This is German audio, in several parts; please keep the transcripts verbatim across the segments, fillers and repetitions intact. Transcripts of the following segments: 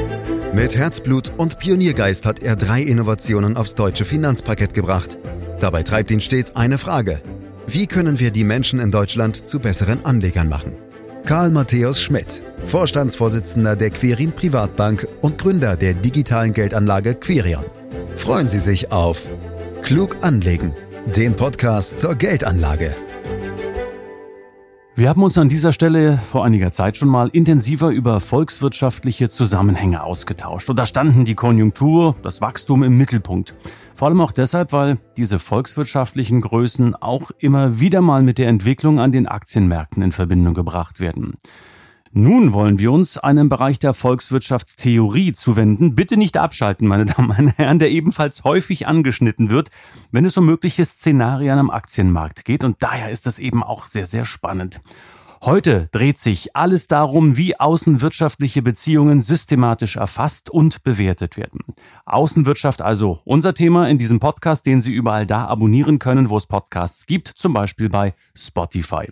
Mit Herzblut und Pioniergeist hat er drei Innovationen aufs deutsche Finanzparkett gebracht. Dabei treibt ihn stets eine Frage: Wie können wir die Menschen in Deutschland zu besseren Anlegern machen? Karl Matthäus Schmidt, Vorstandsvorsitzender der Quirin Privatbank und Gründer der digitalen Geldanlage Quirion. Freuen Sie sich auf Klug anlegen, den Podcast zur Geldanlage. Wir haben uns an dieser Stelle vor einiger Zeit schon mal intensiver über volkswirtschaftliche Zusammenhänge ausgetauscht. Und da standen die Konjunktur, das Wachstum im Mittelpunkt. Vor allem auch deshalb, weil diese volkswirtschaftlichen Größen auch immer wieder mal mit der Entwicklung an den Aktienmärkten in Verbindung gebracht werden. Nun wollen wir uns einem Bereich der Volkswirtschaftstheorie zuwenden. Bitte nicht abschalten, meine Damen und Herren, der ebenfalls häufig angeschnitten wird, wenn es um mögliche Szenarien am Aktienmarkt geht. Und daher ist das eben auch sehr, sehr spannend. Heute dreht sich alles darum, wie außenwirtschaftliche Beziehungen systematisch erfasst und bewertet werden. Außenwirtschaft also unser Thema in diesem Podcast, den Sie überall da abonnieren können, wo es Podcasts gibt, zum Beispiel bei Spotify.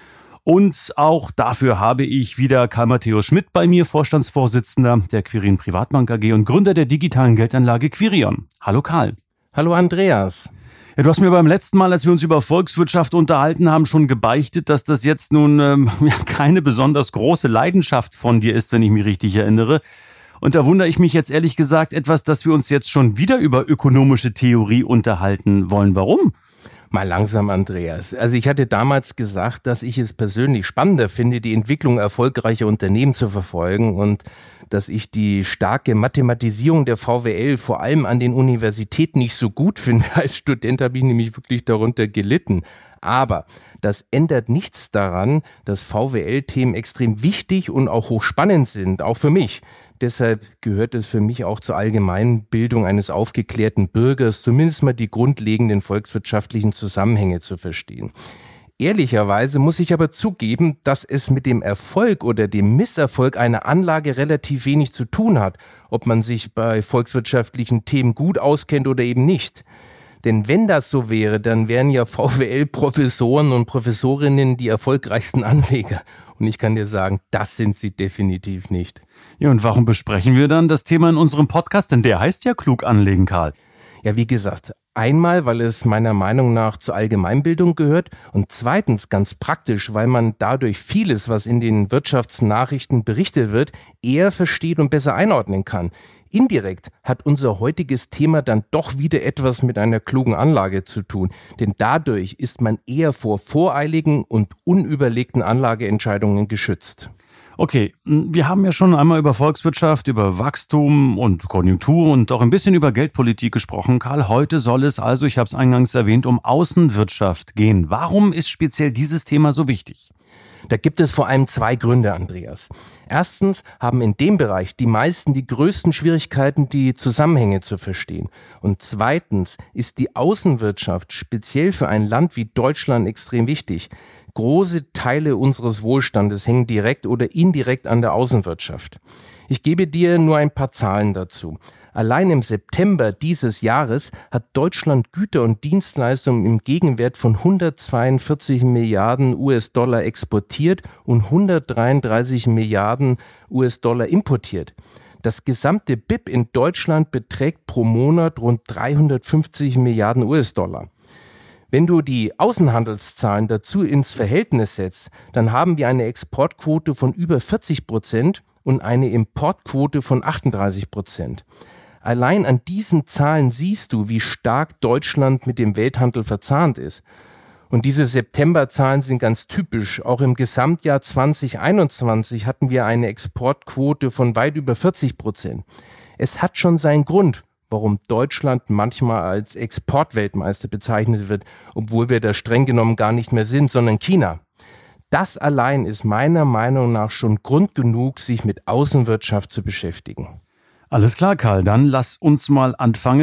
Und auch dafür habe ich wieder Karl Matthäus Schmidt bei mir, Vorstandsvorsitzender der Quirin Privatbank A G und Gründer der digitalen Geldanlage Quirion. Hallo Karl. Hallo Andreas. Ja, du hast mir beim letzten Mal, als wir uns über Volkswirtschaft unterhalten haben, schon gebeichtet, dass das jetzt nun ähm, ja, keine besonders große Leidenschaft von dir ist, wenn ich mich richtig erinnere. Und da wundere ich mich jetzt ehrlich gesagt etwas, dass wir uns jetzt schon wieder über ökonomische Theorie unterhalten wollen. Warum? Mal langsam, Andreas. Also ich hatte damals gesagt, dass ich es persönlich spannender finde, die Entwicklung erfolgreicher Unternehmen zu verfolgen und dass ich die starke Mathematisierung der V W L vor allem an den Universitäten nicht so gut finde. Als Student habe ich nämlich wirklich darunter gelitten. Aber das ändert nichts daran, dass V W L-Themen extrem wichtig und auch hochspannend sind, auch für mich. Deshalb gehört es für mich auch zur allgemeinen Bildung eines aufgeklärten Bürgers, zumindest mal die grundlegenden volkswirtschaftlichen Zusammenhänge zu verstehen. Ehrlicherweise muss ich aber zugeben, dass es mit dem Erfolg oder dem Misserfolg einer Anlage relativ wenig zu tun hat, ob man sich bei volkswirtschaftlichen Themen gut auskennt oder eben nicht. Denn wenn das so wäre, dann wären ja V W L-Professoren und Professorinnen die erfolgreichsten Anleger. Und ich kann dir sagen, das sind sie definitiv nicht. Ja, und warum besprechen wir dann das Thema in unserem Podcast? Denn der heißt ja Klug anlegen, Karl. Ja, wie gesagt, einmal, weil es meiner Meinung nach zur Allgemeinbildung gehört und zweitens ganz praktisch, weil man dadurch vieles, was in den Wirtschaftsnachrichten berichtet wird, eher versteht und besser einordnen kann. Indirekt hat unser heutiges Thema dann doch wieder etwas mit einer klugen Anlage zu tun, denn dadurch ist man eher vor voreiligen und unüberlegten Anlageentscheidungen geschützt. Okay, wir haben ja schon einmal über Volkswirtschaft, über Wachstum und Konjunktur und auch ein bisschen über Geldpolitik gesprochen. Karl, heute soll es also, ich habe es eingangs erwähnt, um Außenwirtschaft gehen. Warum ist speziell dieses Thema so wichtig? Da gibt es vor allem zwei Gründe, Andreas. Erstens haben in dem Bereich die meisten die größten Schwierigkeiten, die Zusammenhänge zu verstehen. Und zweitens ist die Außenwirtschaft speziell für ein Land wie Deutschland extrem wichtig. Große Teile unseres Wohlstandes hängen direkt oder indirekt an der Außenwirtschaft. Ich gebe dir nur ein paar Zahlen dazu. Allein im September dieses Jahres hat Deutschland Güter und Dienstleistungen im Gegenwert von hundertzweiundvierzig Milliarden U S-Dollar exportiert und hundertdreiunddreißig Milliarden U S-Dollar importiert. Das gesamte B I P in Deutschland beträgt pro Monat rund dreihundertfünfzig Milliarden U S-Dollar. Wenn du die Außenhandelszahlen dazu ins Verhältnis setzt, dann haben wir eine Exportquote von über vierzig Prozent und eine Importquote von achtunddreißig Prozent. Allein an diesen Zahlen siehst du, wie stark Deutschland mit dem Welthandel verzahnt ist. Und diese Septemberzahlen sind ganz typisch. Auch im Gesamtjahr zwanzig einundzwanzig hatten wir eine Exportquote von weit über vierzig Prozent. Es hat schon seinen Grund, warum Deutschland manchmal als Exportweltmeister bezeichnet wird, obwohl wir da streng genommen gar nicht mehr sind, sondern China. Das allein ist meiner Meinung nach schon Grund genug, sich mit Außenwirtschaft zu beschäftigen. Alles klar, Karl, dann lass uns mal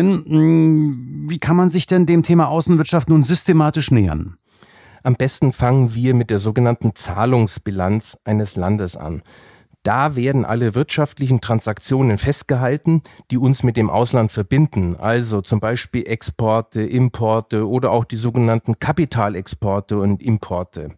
anfangen. Wie kann man sich denn dem Thema Außenwirtschaft nun systematisch nähern? Am besten fangen wir mit der sogenannten Zahlungsbilanz eines Landes an. Da werden alle wirtschaftlichen Transaktionen festgehalten, die uns mit dem Ausland verbinden, also zum Beispiel Exporte, Importe oder auch die sogenannten Kapitalexporte und Importe.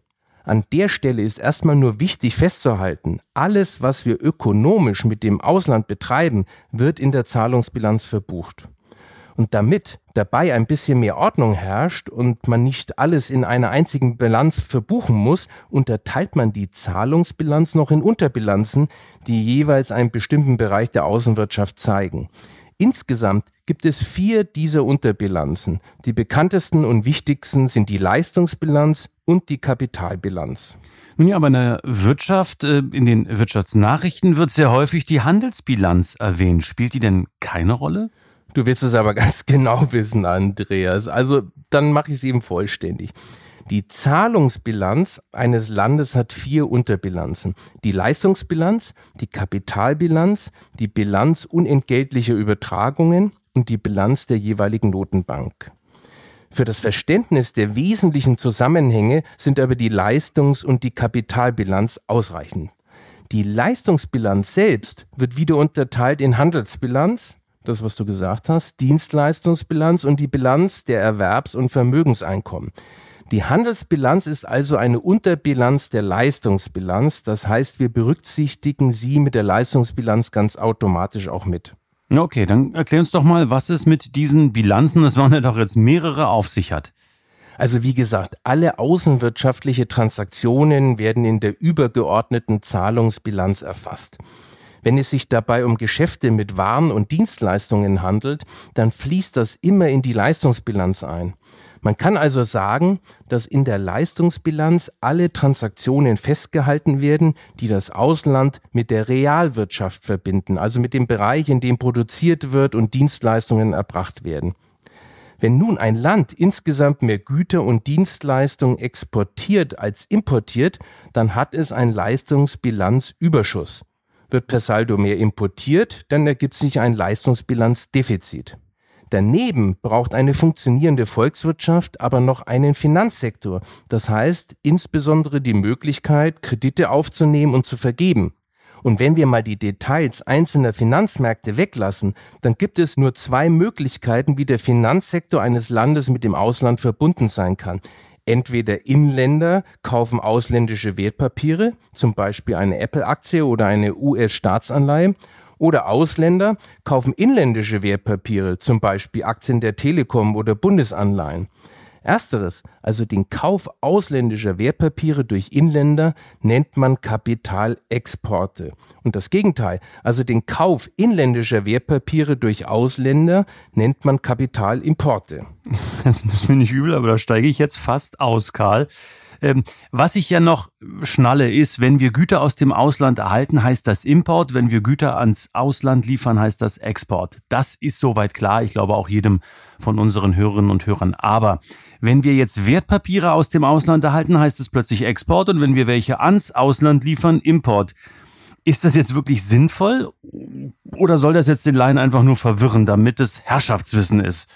An der Stelle ist erstmal nur wichtig festzuhalten, alles, was wir ökonomisch mit dem Ausland betreiben, wird in der Zahlungsbilanz verbucht. Und damit dabei ein bisschen mehr Ordnung herrscht und man nicht alles in einer einzigen Bilanz verbuchen muss, unterteilt man die Zahlungsbilanz noch in Unterbilanzen, die jeweils einen bestimmten Bereich der Außenwirtschaft zeigen. Insgesamt gibt es vier dieser Unterbilanzen. Die bekanntesten und wichtigsten sind die Leistungsbilanz und die Kapitalbilanz. Nun ja, aber in der Wirtschaft, in den Wirtschaftsnachrichten wird sehr häufig die Handelsbilanz erwähnt. Spielt die denn keine Rolle? Du willst es aber ganz genau wissen, Andreas. Also dann mache ich es eben vollständig. Die Zahlungsbilanz eines Landes hat vier Unterbilanzen. Die Leistungsbilanz, die Kapitalbilanz, die Bilanz unentgeltlicher Übertragungen und die Bilanz der jeweiligen Notenbank. Für das Verständnis der wesentlichen Zusammenhänge sind aber die Leistungs- und die Kapitalbilanz ausreichend. Die Leistungsbilanz selbst wird wieder unterteilt in Handelsbilanz, das, was du gesagt hast, Dienstleistungsbilanz und die Bilanz der Erwerbs- und Vermögenseinkommen. Die Handelsbilanz ist also eine Unterbilanz der Leistungsbilanz, das heißt, wir berücksichtigen sie mit der Leistungsbilanz ganz automatisch auch mit. Okay, dann erklär uns doch mal, was es mit diesen Bilanzen, das waren ja doch jetzt mehrere, auf sich hat. Also wie gesagt, alle außenwirtschaftliche Transaktionen werden in der übergeordneten Zahlungsbilanz erfasst. Wenn es sich dabei um Geschäfte mit Waren und Dienstleistungen handelt, dann fließt das immer in die Leistungsbilanz ein. Man kann also sagen, dass in der Leistungsbilanz alle Transaktionen festgehalten werden, die das Ausland mit der Realwirtschaft verbinden, also mit dem Bereich, in dem produziert wird und Dienstleistungen erbracht werden. Wenn nun ein Land insgesamt mehr Güter und Dienstleistungen exportiert als importiert, dann hat es einen Leistungsbilanzüberschuss. Wird per Saldo mehr importiert, dann ergibt sich ein Leistungsbilanzdefizit. Daneben braucht eine funktionierende Volkswirtschaft aber noch einen Finanzsektor, das heißt insbesondere die Möglichkeit, Kredite aufzunehmen und zu vergeben. Und wenn wir mal die Details einzelner Finanzmärkte weglassen, dann gibt es nur zwei Möglichkeiten, wie der Finanzsektor eines Landes mit dem Ausland verbunden sein kann. Entweder Inländer kaufen ausländische Wertpapiere, zum Beispiel eine Apple-Aktie oder eine U S-Staatsanleihe, oder Ausländer kaufen inländische Wertpapiere, zum Beispiel Aktien der Telekom oder Bundesanleihen. Ersteres, also den Kauf ausländischer Wertpapiere durch Inländer, nennt man Kapitalexporte. Und das Gegenteil, also den Kauf inländischer Wertpapiere durch Ausländer, nennt man Kapitalimporte. Das ist mir nicht übel, aber da steige ich jetzt fast aus, Karl. Ähm, was ich ja noch schnalle ist, wenn wir Güter aus dem Ausland erhalten, heißt das Import. Wenn wir Güter ans Ausland liefern, heißt das Export. Das ist soweit klar. Ich glaube auch jedem von unseren Hörerinnen und Hörern. Aber wenn wir jetzt Wertpapiere aus dem Ausland erhalten, heißt es plötzlich Export. Und wenn wir welche ans Ausland liefern, Import. Ist das jetzt wirklich sinnvoll oder soll das jetzt den Laien einfach nur verwirren, damit es Herrschaftswissen ist?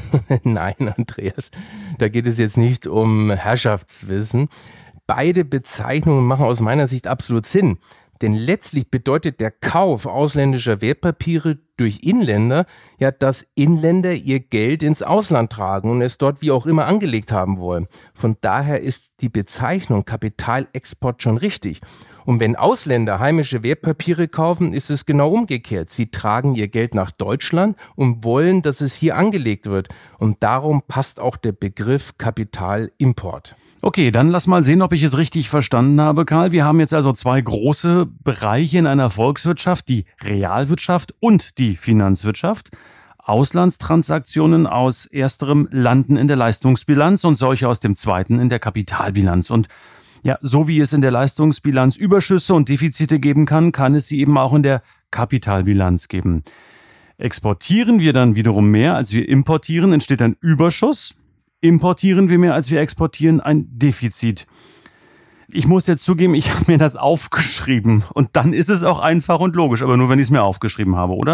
Nein, Andreas, da geht es jetzt nicht um Herrschaftswissen. Beide Bezeichnungen machen aus meiner Sicht absolut Sinn. Denn letztlich bedeutet der Kauf ausländischer Wertpapiere durch Inländer ja, dass Inländer ihr Geld ins Ausland tragen und es dort wie auch immer angelegt haben wollen. Von daher ist die Bezeichnung Kapitalexport schon richtig. Und wenn Ausländer heimische Wertpapiere kaufen, ist es genau umgekehrt. Sie tragen ihr Geld nach Deutschland und wollen, dass es hier angelegt wird. Und darum passt auch der Begriff Kapitalimport. Okay, dann lass mal sehen, ob ich es richtig verstanden habe, Karl. Wir haben jetzt also zwei große Bereiche in einer Volkswirtschaft, die Realwirtschaft und die Finanzwirtschaft. Auslandstransaktionen aus ersterem landen in der Leistungsbilanz und solche aus dem zweiten in der Kapitalbilanz. Und ja, so wie es in der Leistungsbilanz Überschüsse und Defizite geben kann, kann es sie eben auch in der Kapitalbilanz geben. Exportieren wir dann wiederum mehr, als wir importieren, entsteht ein Überschuss. Importieren wir mehr, als wir exportieren, ein Defizit. Ich muss jetzt zugeben, ich habe mir das aufgeschrieben und dann ist es auch einfach und logisch, aber nur wenn ich es mir aufgeschrieben habe, oder?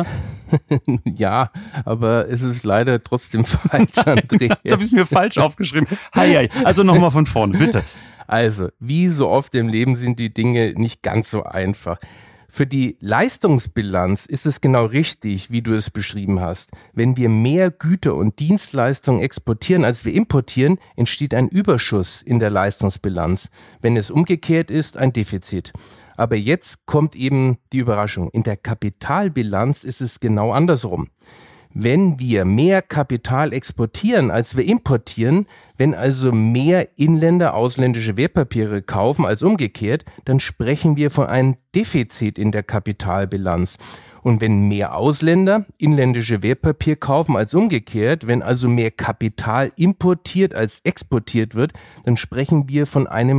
Ja, aber es ist leider trotzdem falsch, Andreas. Da habe ich es mir falsch aufgeschrieben. Hei, hei. Also nochmal von vorne, bitte. Also, wie so oft im Leben sind die Dinge nicht ganz so einfach. Für die Leistungsbilanz ist es genau richtig, wie du es beschrieben hast. Wenn wir mehr Güter und Dienstleistungen exportieren, als wir importieren, entsteht ein Überschuss in der Leistungsbilanz. Wenn es umgekehrt ist, ein Defizit. Aber jetzt kommt eben die Überraschung. In der Kapitalbilanz ist es genau andersrum. Wenn wir mehr Kapital exportieren, als wir importieren, wenn also mehr Inländer ausländische Wertpapiere kaufen als umgekehrt, dann sprechen wir von einem Defizit in der Kapitalbilanz. Und wenn mehr Ausländer inländische Wertpapiere kaufen als umgekehrt, wenn also mehr Kapital importiert als exportiert wird, dann sprechen wir von einem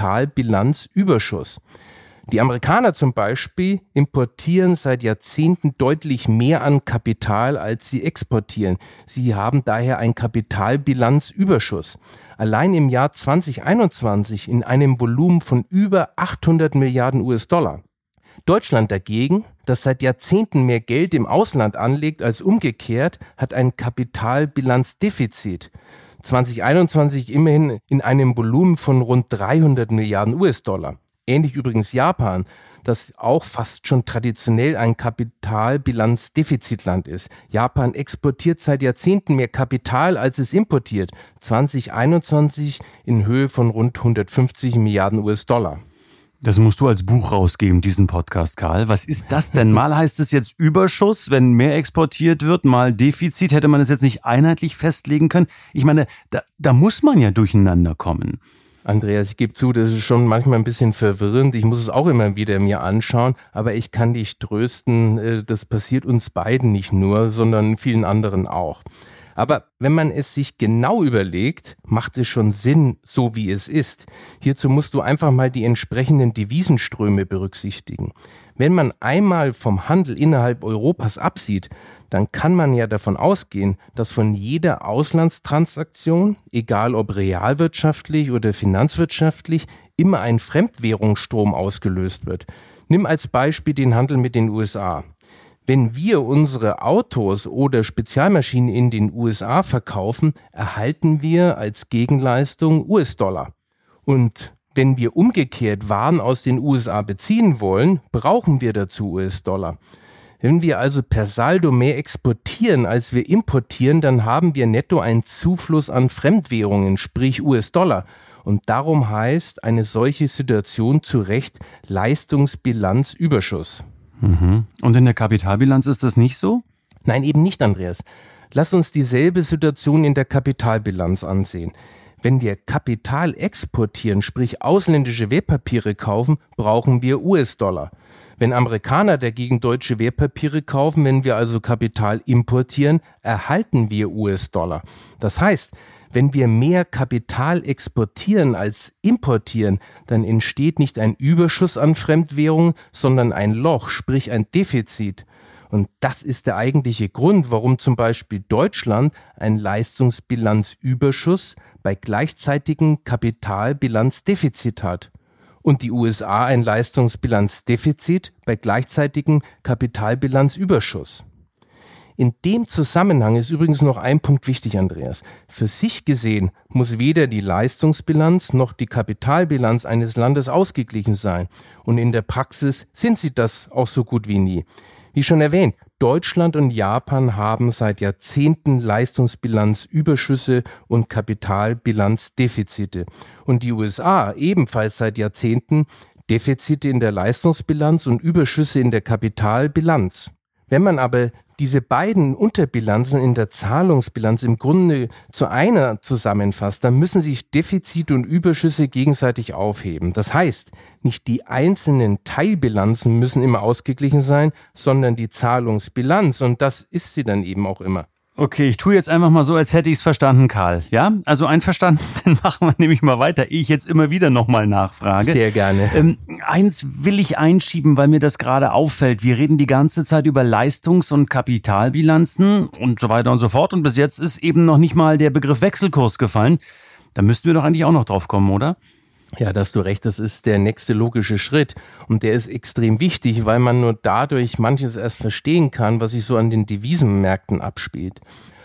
Kapitalbilanzüberschuss. Die Amerikaner zum Beispiel importieren seit Jahrzehnten deutlich mehr an Kapital, als sie exportieren. Sie haben daher einen Kapitalbilanzüberschuss. Allein im Jahr zwanzig einundzwanzig in einem Volumen von über achthundert Milliarden U S-Dollar. Deutschland dagegen, das seit Jahrzehnten mehr Geld im Ausland anlegt als umgekehrt, hat ein Kapitalbilanzdefizit. zwanzig einundzwanzig immerhin in einem Volumen von rund dreihundert Milliarden U S-Dollar. Ähnlich übrigens Japan, das auch fast schon traditionell ein Kapitalbilanzdefizitland ist. Japan exportiert seit Jahrzehnten mehr Kapital, als es importiert. zwanzig einundzwanzig in Höhe von rund hundertfünfzig Milliarden U S-Dollar. Das musst du als Buch rausgeben, diesen Podcast, Karl. Was ist das denn? Mal heißt es jetzt Überschuss, wenn mehr exportiert wird, mal Defizit. Hätte man es jetzt nicht einheitlich festlegen können? Ich meine, da, da muss man ja durcheinander kommen. Andreas, ich gebe zu, das ist schon manchmal ein bisschen verwirrend. Ich muss es auch immer wieder mir anschauen, aber ich kann dich trösten, das passiert uns beiden nicht nur, sondern vielen anderen auch. Aber wenn man es sich genau überlegt, macht es schon Sinn, so wie es ist. Hierzu musst du einfach mal die entsprechenden Devisenströme berücksichtigen. Wenn man einmal vom Handel innerhalb Europas absieht, dann kann man ja davon ausgehen, dass von jeder Auslandstransaktion, egal ob realwirtschaftlich oder finanzwirtschaftlich, immer ein Fremdwährungsstrom ausgelöst wird. Nimm als Beispiel den Handel mit den U S A. Wenn wir unsere Autos oder Spezialmaschinen in den U S A verkaufen, erhalten wir als Gegenleistung U S-Dollar. Und wenn wir umgekehrt Waren aus den U S A beziehen wollen, brauchen wir dazu U S-Dollar. Wenn wir also per Saldo mehr exportieren, als wir importieren, dann haben wir netto einen Zufluss an Fremdwährungen, sprich U S-Dollar. Und darum heißt eine solche Situation zu Recht Leistungsbilanzüberschuss. Mhm. Und in der Kapitalbilanz ist das nicht so? Nein, eben nicht, Andreas. Lass uns dieselbe Situation in der Kapitalbilanz ansehen. Wenn wir Kapital exportieren, sprich ausländische Wertpapiere kaufen, brauchen wir U S-Dollar. Wenn Amerikaner dagegen deutsche Wertpapiere kaufen, wenn wir also Kapital importieren, erhalten wir U S-Dollar. Das heißt, wenn wir mehr Kapital exportieren als importieren, dann entsteht nicht ein Überschuss an Fremdwährung, sondern ein Loch, sprich ein Defizit. Und das ist der eigentliche Grund, warum zum Beispiel Deutschland einen Leistungsbilanzüberschuss bei gleichzeitigem Kapitalbilanzdefizit hat und die U S A ein Leistungsbilanzdefizit bei gleichzeitigem Kapitalbilanzüberschuss. In dem Zusammenhang ist übrigens noch ein Punkt wichtig, Andreas. Für sich gesehen muss weder die Leistungsbilanz noch die Kapitalbilanz eines Landes ausgeglichen sein. Und in der Praxis sind sie das auch so gut wie nie. Wie schon erwähnt, Deutschland und Japan haben seit Jahrzehnten Leistungsbilanzüberschüsse und Kapitalbilanzdefizite. Und die U S A ebenfalls seit Jahrzehnten Defizite in der Leistungsbilanz und Überschüsse in der Kapitalbilanz. Wenn man aber diese beiden Unterbilanzen in der Zahlungsbilanz im Grunde zu einer zusammenfasst, dann müssen sich Defizite und Überschüsse gegenseitig aufheben. Das heißt, nicht die einzelnen Teilbilanzen müssen immer ausgeglichen sein, sondern die Zahlungsbilanz, und das ist sie dann eben auch immer. Okay, ich tue jetzt einfach mal so, als hätte ich es verstanden, Karl. Ja, also einverstanden, dann machen wir nämlich mal weiter, ehe ich jetzt immer wieder nochmal nachfrage. Sehr gerne. Ähm, eins will ich einschieben, weil mir das gerade auffällt. Wir reden die ganze Zeit über Leistungs- und Kapitalbilanzen und so weiter und so fort. Und bis jetzt ist eben noch nicht mal der Begriff Wechselkurs gefallen. Da müssten wir doch eigentlich auch noch drauf kommen, oder? Ja, da hast du recht, das ist der nächste logische Schritt und der ist extrem wichtig, weil man nur dadurch manches erst verstehen kann, was sich so an den Devisenmärkten abspielt.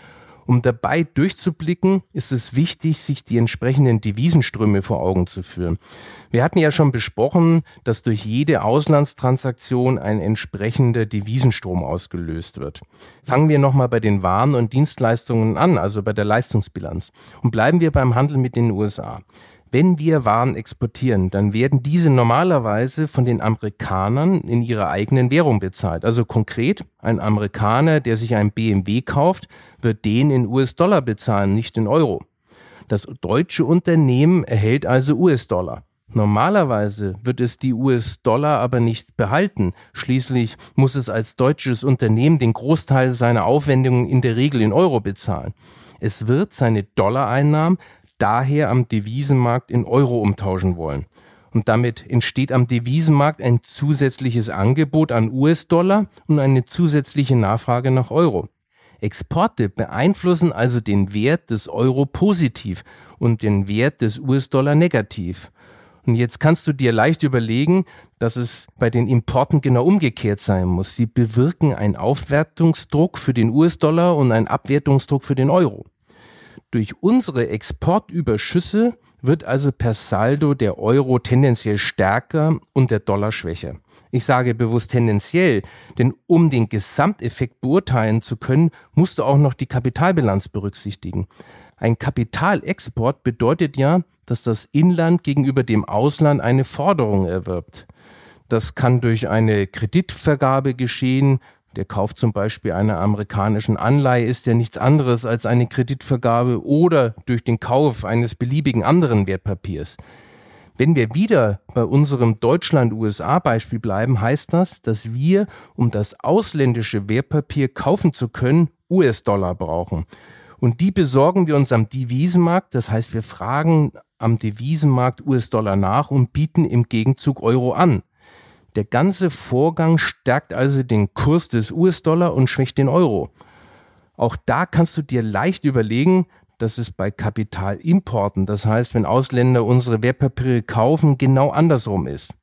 Um dabei durchzublicken, ist es wichtig, sich die entsprechenden Devisenströme vor Augen zu führen. Wir hatten ja schon besprochen, dass durch jede Auslandstransaktion ein entsprechender Devisenstrom ausgelöst wird. Fangen wir nochmal bei den Waren und Dienstleistungen an, also bei der Leistungsbilanz. Und bleiben wir beim Handel mit den U S A. Wenn wir Waren exportieren, dann werden diese normalerweise von den Amerikanern in ihrer eigenen Währung bezahlt. Also konkret, ein Amerikaner, der sich ein B M W kauft, wird den in U S-Dollar bezahlen, nicht in Euro. Das deutsche Unternehmen erhält also U S-Dollar. Normalerweise wird es die U S-Dollar aber nicht behalten. Schließlich muss es als deutsches Unternehmen den Großteil seiner Aufwendungen in der Regel in Euro bezahlen. Es wird seine Dollareinnahmen daher am Devisenmarkt in Euro umtauschen wollen. Und damit entsteht am Devisenmarkt ein zusätzliches Angebot an U S-Dollar und eine zusätzliche Nachfrage nach Euro. Exporte beeinflussen also den Wert des Euro positiv und den Wert des U S-Dollar negativ. Und jetzt kannst du dir leicht überlegen, dass es bei den Importen genau umgekehrt sein muss. Sie bewirken einen Aufwertungsdruck für den U S-Dollar und einen Abwertungsdruck für den Euro. Durch unsere Exportüberschüsse wird also per Saldo der Euro tendenziell stärker und der Dollar schwächer. Ich sage bewusst tendenziell, denn um den Gesamteffekt beurteilen zu können, musst du auch noch die Kapitalbilanz berücksichtigen. Ein Kapitalexport bedeutet ja, dass das Inland gegenüber dem Ausland eine Forderung erwirbt. Das kann durch eine Kreditvergabe geschehen. Der Kauf zum Beispiel einer amerikanischen Anleihe ist ja nichts anderes als eine Kreditvergabe oder durch den Kauf eines beliebigen anderen Wertpapiers. Wenn wir wieder bei unserem Deutschland-U S A-Beispiel bleiben, heißt das, dass wir, um das ausländische Wertpapier kaufen zu können, U S-Dollar brauchen. Und die besorgen wir uns am Devisenmarkt, das heißt, wir fragen am Devisenmarkt U S-Dollar nach und bieten im Gegenzug Euro an. Der ganze Vorgang stärkt also den Kurs des U S-Dollar und schwächt den Euro. Auch da kannst du dir leicht überlegen, dass es bei Kapitalimporten, das heißt, wenn Ausländer unsere Wertpapiere kaufen, genau andersrum ist.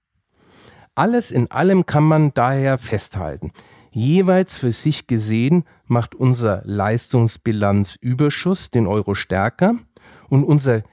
Alles in allem kann man daher festhalten. Jeweils für sich gesehen macht unser Leistungsbilanzüberschuss den Euro stärker und unser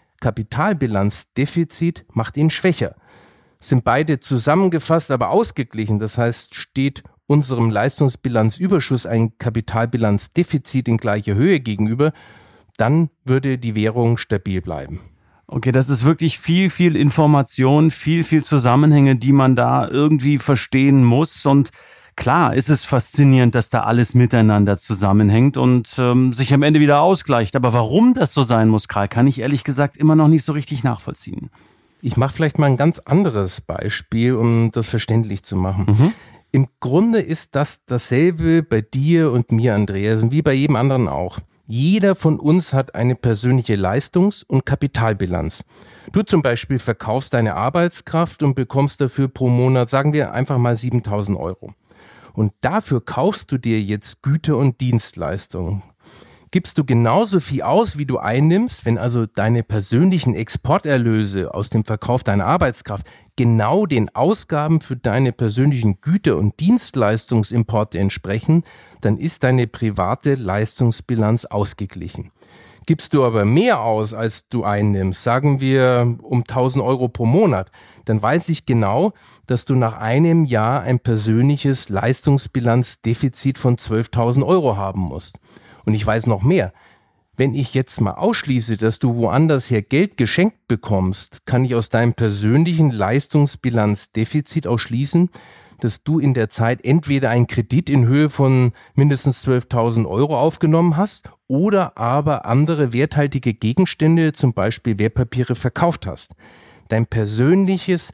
Kapitalbilanzdefizit macht ihn schwächer. Sind beide zusammengefasst, aber ausgeglichen. Das heißt, steht unserem Leistungsbilanzüberschuss ein Kapitalbilanzdefizit in gleicher Höhe gegenüber, dann würde die Währung stabil bleiben. Okay, das ist wirklich viel, viel Information, viel, viel Zusammenhänge, die man da irgendwie verstehen muss. Und klar ist es faszinierend, dass da alles miteinander zusammenhängt und ähm, sich am Ende wieder ausgleicht. Aber warum das so sein muss, Karl, kann ich ehrlich gesagt immer noch nicht so richtig nachvollziehen. Ich mache vielleicht mal ein ganz anderes Beispiel, um das verständlich zu machen. Mhm. Im Grunde ist das dasselbe bei dir und mir, Andreas, wie bei jedem anderen auch. Jeder von uns hat eine persönliche Leistungs- und Kapitalbilanz. Du zum Beispiel verkaufst deine Arbeitskraft und bekommst dafür pro Monat, sagen wir einfach mal siebentausend Euro. Und dafür kaufst du dir jetzt Güter und Dienstleistungen. Gibst du genauso viel aus, wie du einnimmst, wenn also deine persönlichen Exporterlöse aus dem Verkauf deiner Arbeitskraft genau den Ausgaben für deine persönlichen Güter- und Dienstleistungsimporte entsprechen, dann ist deine private Leistungsbilanz ausgeglichen. Gibst du aber mehr aus, als du einnimmst, sagen wir um tausend Euro pro Monat, dann weiß ich genau, dass du nach einem Jahr ein persönliches Leistungsbilanzdefizit von zwölftausend Euro haben musst. Und ich weiß noch mehr. Wenn ich jetzt mal ausschließe, dass du woanders her Geld geschenkt bekommst, kann ich aus deinem persönlichen Leistungsbilanzdefizit ausschließen, dass du in der Zeit entweder einen Kredit in Höhe von mindestens zwölftausend Euro aufgenommen hast oder aber andere werthaltige Gegenstände, zum Beispiel Wertpapiere, verkauft hast. Dein persönliches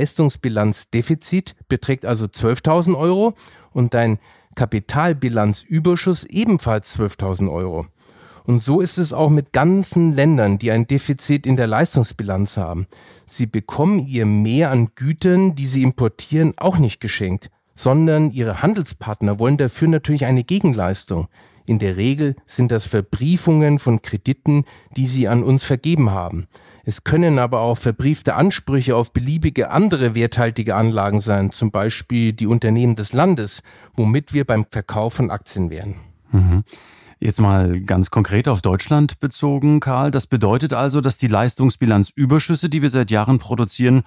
Leistungsbilanzdefizit beträgt also zwölftausend Euro und dein Kapitalbilanzüberschuss ebenfalls zwölftausend Euro. Und so ist es auch mit ganzen Ländern, die ein Defizit in der Leistungsbilanz haben. Sie bekommen ihr Mehr an Gütern, die sie importieren, auch nicht geschenkt, sondern ihre Handelspartner wollen dafür natürlich eine Gegenleistung. In der Regel sind das Verbriefungen von Krediten, die sie an uns vergeben haben. Es können aber auch verbriefte Ansprüche auf beliebige andere werthaltige Anlagen sein, zum Beispiel die Unternehmen des Landes, womit wir beim Verkauf von Aktien wären. Mhm. Jetzt mal ganz konkret auf Deutschland bezogen, Karl. Das bedeutet also, dass die Leistungsbilanzüberschüsse, die wir seit Jahren produzieren,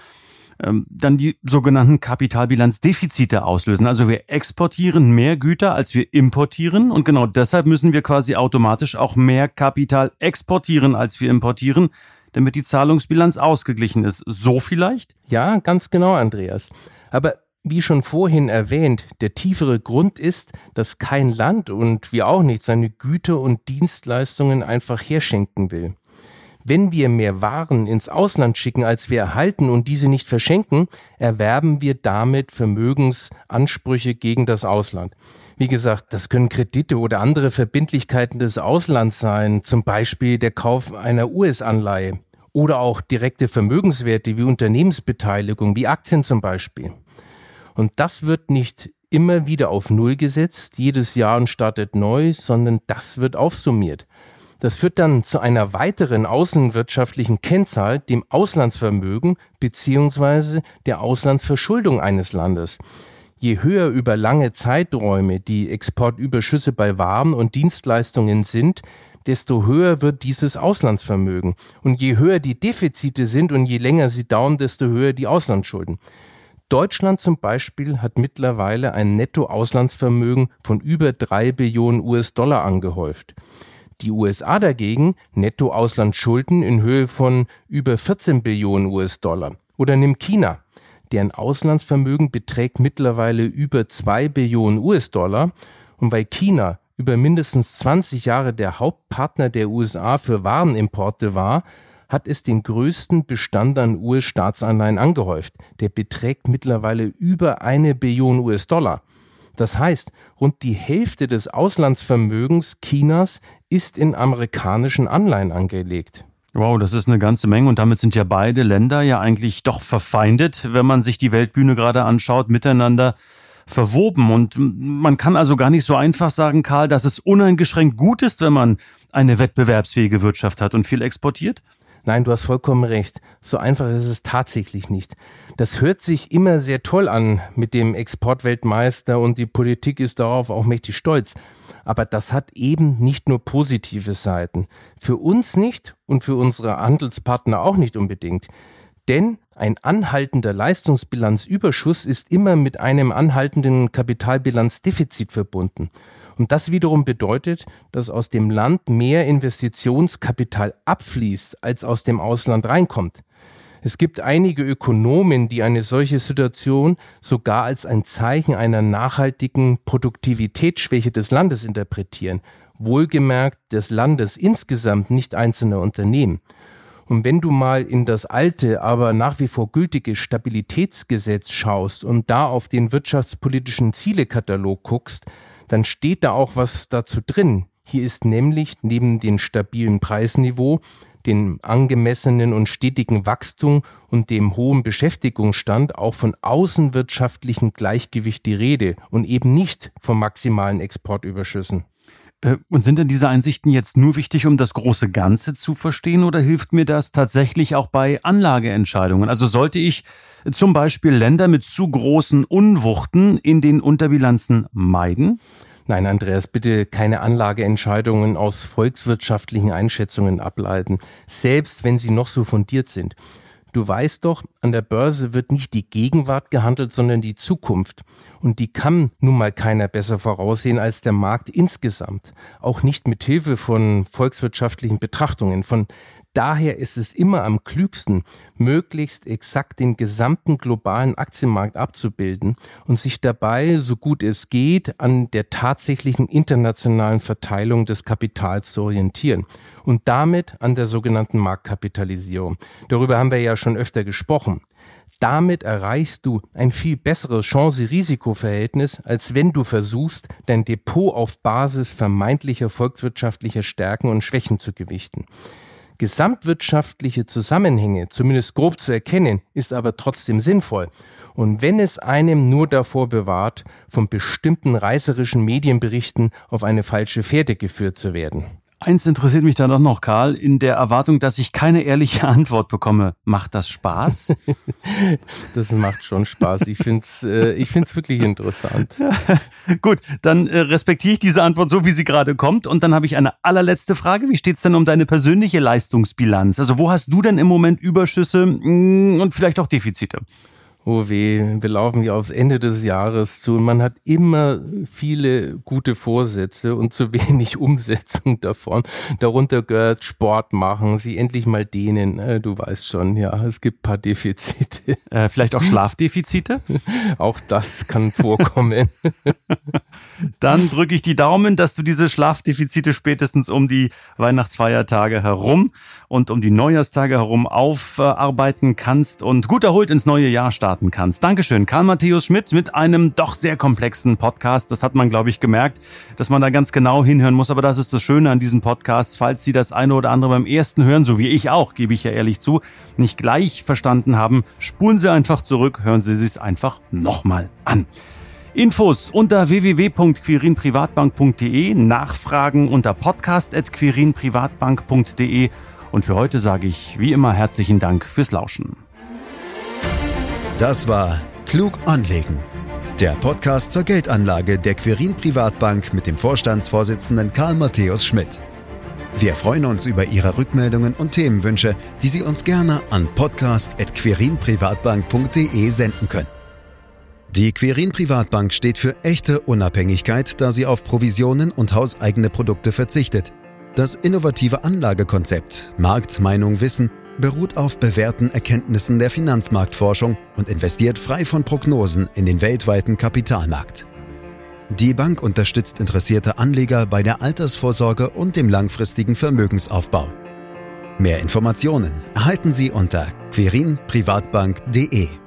dann die sogenannten Kapitalbilanzdefizite auslösen. Also wir exportieren mehr Güter, als wir importieren, und genau deshalb müssen wir quasi automatisch auch mehr Kapital exportieren, als wir importieren, damit die Zahlungsbilanz ausgeglichen ist. So vielleicht? Ja, ganz genau, Andreas. Aber wie schon vorhin erwähnt, der tiefere Grund ist, dass kein Land und wir auch nicht seine Güter und Dienstleistungen einfach herschenken will. Wenn wir mehr Waren ins Ausland schicken, als wir erhalten und diese nicht verschenken, erwerben wir damit Vermögensansprüche gegen das Ausland. Wie gesagt, das können Kredite oder andere Verbindlichkeiten des Auslands sein, zum Beispiel der Kauf einer U S-Anleihe oder auch direkte Vermögenswerte wie Unternehmensbeteiligung, wie Aktien zum Beispiel. Und das wird nicht immer wieder auf Null gesetzt, jedes Jahr und startet neu, sondern das wird aufsummiert. Das führt dann zu einer weiteren außenwirtschaftlichen Kennzahl, dem Auslandsvermögen bzw. der Auslandsverschuldung eines Landes. Je höher über lange Zeiträume die Exportüberschüsse bei Waren und Dienstleistungen sind, desto höher wird dieses Auslandsvermögen. Und je höher die Defizite sind und je länger sie dauern, desto höher die Auslandsschulden. Deutschland zum Beispiel hat mittlerweile ein Nettoauslandsvermögen von über drei Billionen U S-Dollar angehäuft. Die U S A dagegen Nettoauslandsschulden in Höhe von über vierzehn Billionen U S-Dollar. Oder nimm China, deren Auslandsvermögen beträgt mittlerweile über zwei Billionen U S-Dollar. Und weil China über mindestens zwanzig Jahre der Hauptpartner der U S A für Warenimporte war, hat es den größten Bestand an U S-Staatsanleihen angehäuft. Der beträgt mittlerweile über eine Billion U S-Dollar. Das heißt, rund die Hälfte des Auslandsvermögens Chinas ist in amerikanischen Anleihen angelegt. Wow, das ist eine ganze Menge, und damit sind ja beide Länder ja eigentlich doch verfeindet, wenn man sich die Weltbühne gerade anschaut, miteinander verwoben. Und man kann also gar nicht so einfach sagen, Karl, dass es uneingeschränkt gut ist, wenn man eine wettbewerbsfähige Wirtschaft hat und viel exportiert? Nein, du hast vollkommen recht. So einfach ist es tatsächlich nicht. Das hört sich immer sehr toll an mit dem Exportweltmeister und die Politik ist darauf auch mächtig stolz. Aber das hat eben nicht nur positive Seiten. Für uns nicht und für unsere Handelspartner auch nicht unbedingt. Denn ein anhaltender Leistungsbilanzüberschuss ist immer mit einem anhaltenden Kapitalbilanzdefizit verbunden. Und das wiederum bedeutet, dass aus dem Land mehr Investitionskapital abfließt, als aus dem Ausland reinkommt. Es gibt einige Ökonomen, die eine solche Situation sogar als ein Zeichen einer nachhaltigen Produktivitätsschwäche des Landes interpretieren. Wohlgemerkt des Landes insgesamt, nicht einzelner Unternehmen. Und wenn du mal in das alte, aber nach wie vor gültige Stabilitätsgesetz schaust und da auf den wirtschaftspolitischen Zielekatalog guckst, dann steht da auch was dazu drin. Hier ist nämlich neben dem stabilen Preisniveau, dem angemessenen und stetigen Wachstum und dem hohen Beschäftigungsstand auch von außenwirtschaftlichem Gleichgewicht die Rede und eben nicht von maximalen Exportüberschüssen. Und sind denn diese Einsichten jetzt nur wichtig, um das große Ganze zu verstehen, oder hilft mir das tatsächlich auch bei Anlageentscheidungen? Also sollte ich zum Beispiel Länder mit zu großen Unwuchten in den Unterbilanzen meiden? Nein, Andreas, bitte keine Anlageentscheidungen aus volkswirtschaftlichen Einschätzungen ableiten, selbst wenn sie noch so fundiert sind. Du weißt doch, an der Börse wird nicht die Gegenwart gehandelt, sondern die Zukunft. Und die kann nun mal keiner besser voraussehen als der Markt insgesamt. Auch nicht mit Hilfe von volkswirtschaftlichen Betrachtungen. Von daher ist es immer am klügsten, möglichst exakt den gesamten globalen Aktienmarkt abzubilden und sich dabei, so gut es geht, an der tatsächlichen internationalen Verteilung des Kapitals zu orientieren und damit an der sogenannten Marktkapitalisierung. Darüber haben wir ja schon öfter gesprochen. Damit erreichst du ein viel besseres Chance-Risiko-Verhältnis, als wenn du versuchst, dein Depot auf Basis vermeintlicher volkswirtschaftlicher Stärken und Schwächen zu gewichten. Gesamtwirtschaftliche Zusammenhänge, zumindest grob zu erkennen, ist aber trotzdem sinnvoll. Und wenn es einem nur davor bewahrt, von bestimmten reißerischen Medienberichten auf eine falsche Fährte geführt zu werden. Eins interessiert mich da doch noch, Karl, in der Erwartung, dass ich keine ehrliche Antwort bekomme. Macht das Spaß? Das macht schon Spaß. Ich find's, äh, ich find's wirklich interessant. Gut, dann äh, respektiere ich diese Antwort so, wie sie gerade kommt. Und dann habe ich eine allerletzte Frage. Wie steht's denn um deine persönliche Leistungsbilanz? Also wo hast du denn im Moment Überschüsse mh, und vielleicht auch Defizite? Oh weh, wir laufen ja aufs Ende des Jahres zu und man hat immer viele gute Vorsätze und zu wenig Umsetzung davon. Darunter gehört Sport machen, sie endlich mal dehnen. Du weißt schon, ja, es gibt ein paar Defizite. Äh, vielleicht auch Schlafdefizite? Auch das kann vorkommen. Dann drücke ich die Daumen, dass du diese Schlafdefizite spätestens um die Weihnachtsfeiertage herum und um die Neujahrstage herum aufarbeiten kannst und gut erholt ins neue Jahr starten kannst. Dankeschön, Karl Matthäus Schmidt mit einem doch sehr komplexen Podcast. Das hat man, glaube ich, gemerkt, dass man da ganz genau hinhören muss. Aber das ist das Schöne an diesen Podcasts. Falls Sie das eine oder andere beim ersten Hören, so wie ich auch, gebe ich ja ehrlich zu, nicht gleich verstanden haben, spulen Sie einfach zurück, hören Sie es einfach nochmal an. Infos unter w w w punkt quirin privatbank punkt d e, Nachfragen unter podcast at quirin privatbank punkt d e und für heute sage ich wie immer herzlichen Dank fürs Lauschen. Das war Klug anlegen, der Podcast zur Geldanlage der Quirin Privatbank mit dem Vorstandsvorsitzenden Karl Matthäus Schmidt. Wir freuen uns über Ihre Rückmeldungen und Themenwünsche, die Sie uns gerne an podcast at quirin privatbank punkt d e senden können. Die Quirin Privatbank steht für echte Unabhängigkeit, da sie auf Provisionen und hauseigene Produkte verzichtet. Das innovative Anlagekonzept Markt, Meinung, Wissen beruht auf bewährten Erkenntnissen der Finanzmarktforschung und investiert frei von Prognosen in den weltweiten Kapitalmarkt. Die Bank unterstützt interessierte Anleger bei der Altersvorsorge und dem langfristigen Vermögensaufbau. Mehr Informationen erhalten Sie unter quirin privatbank punkt d e.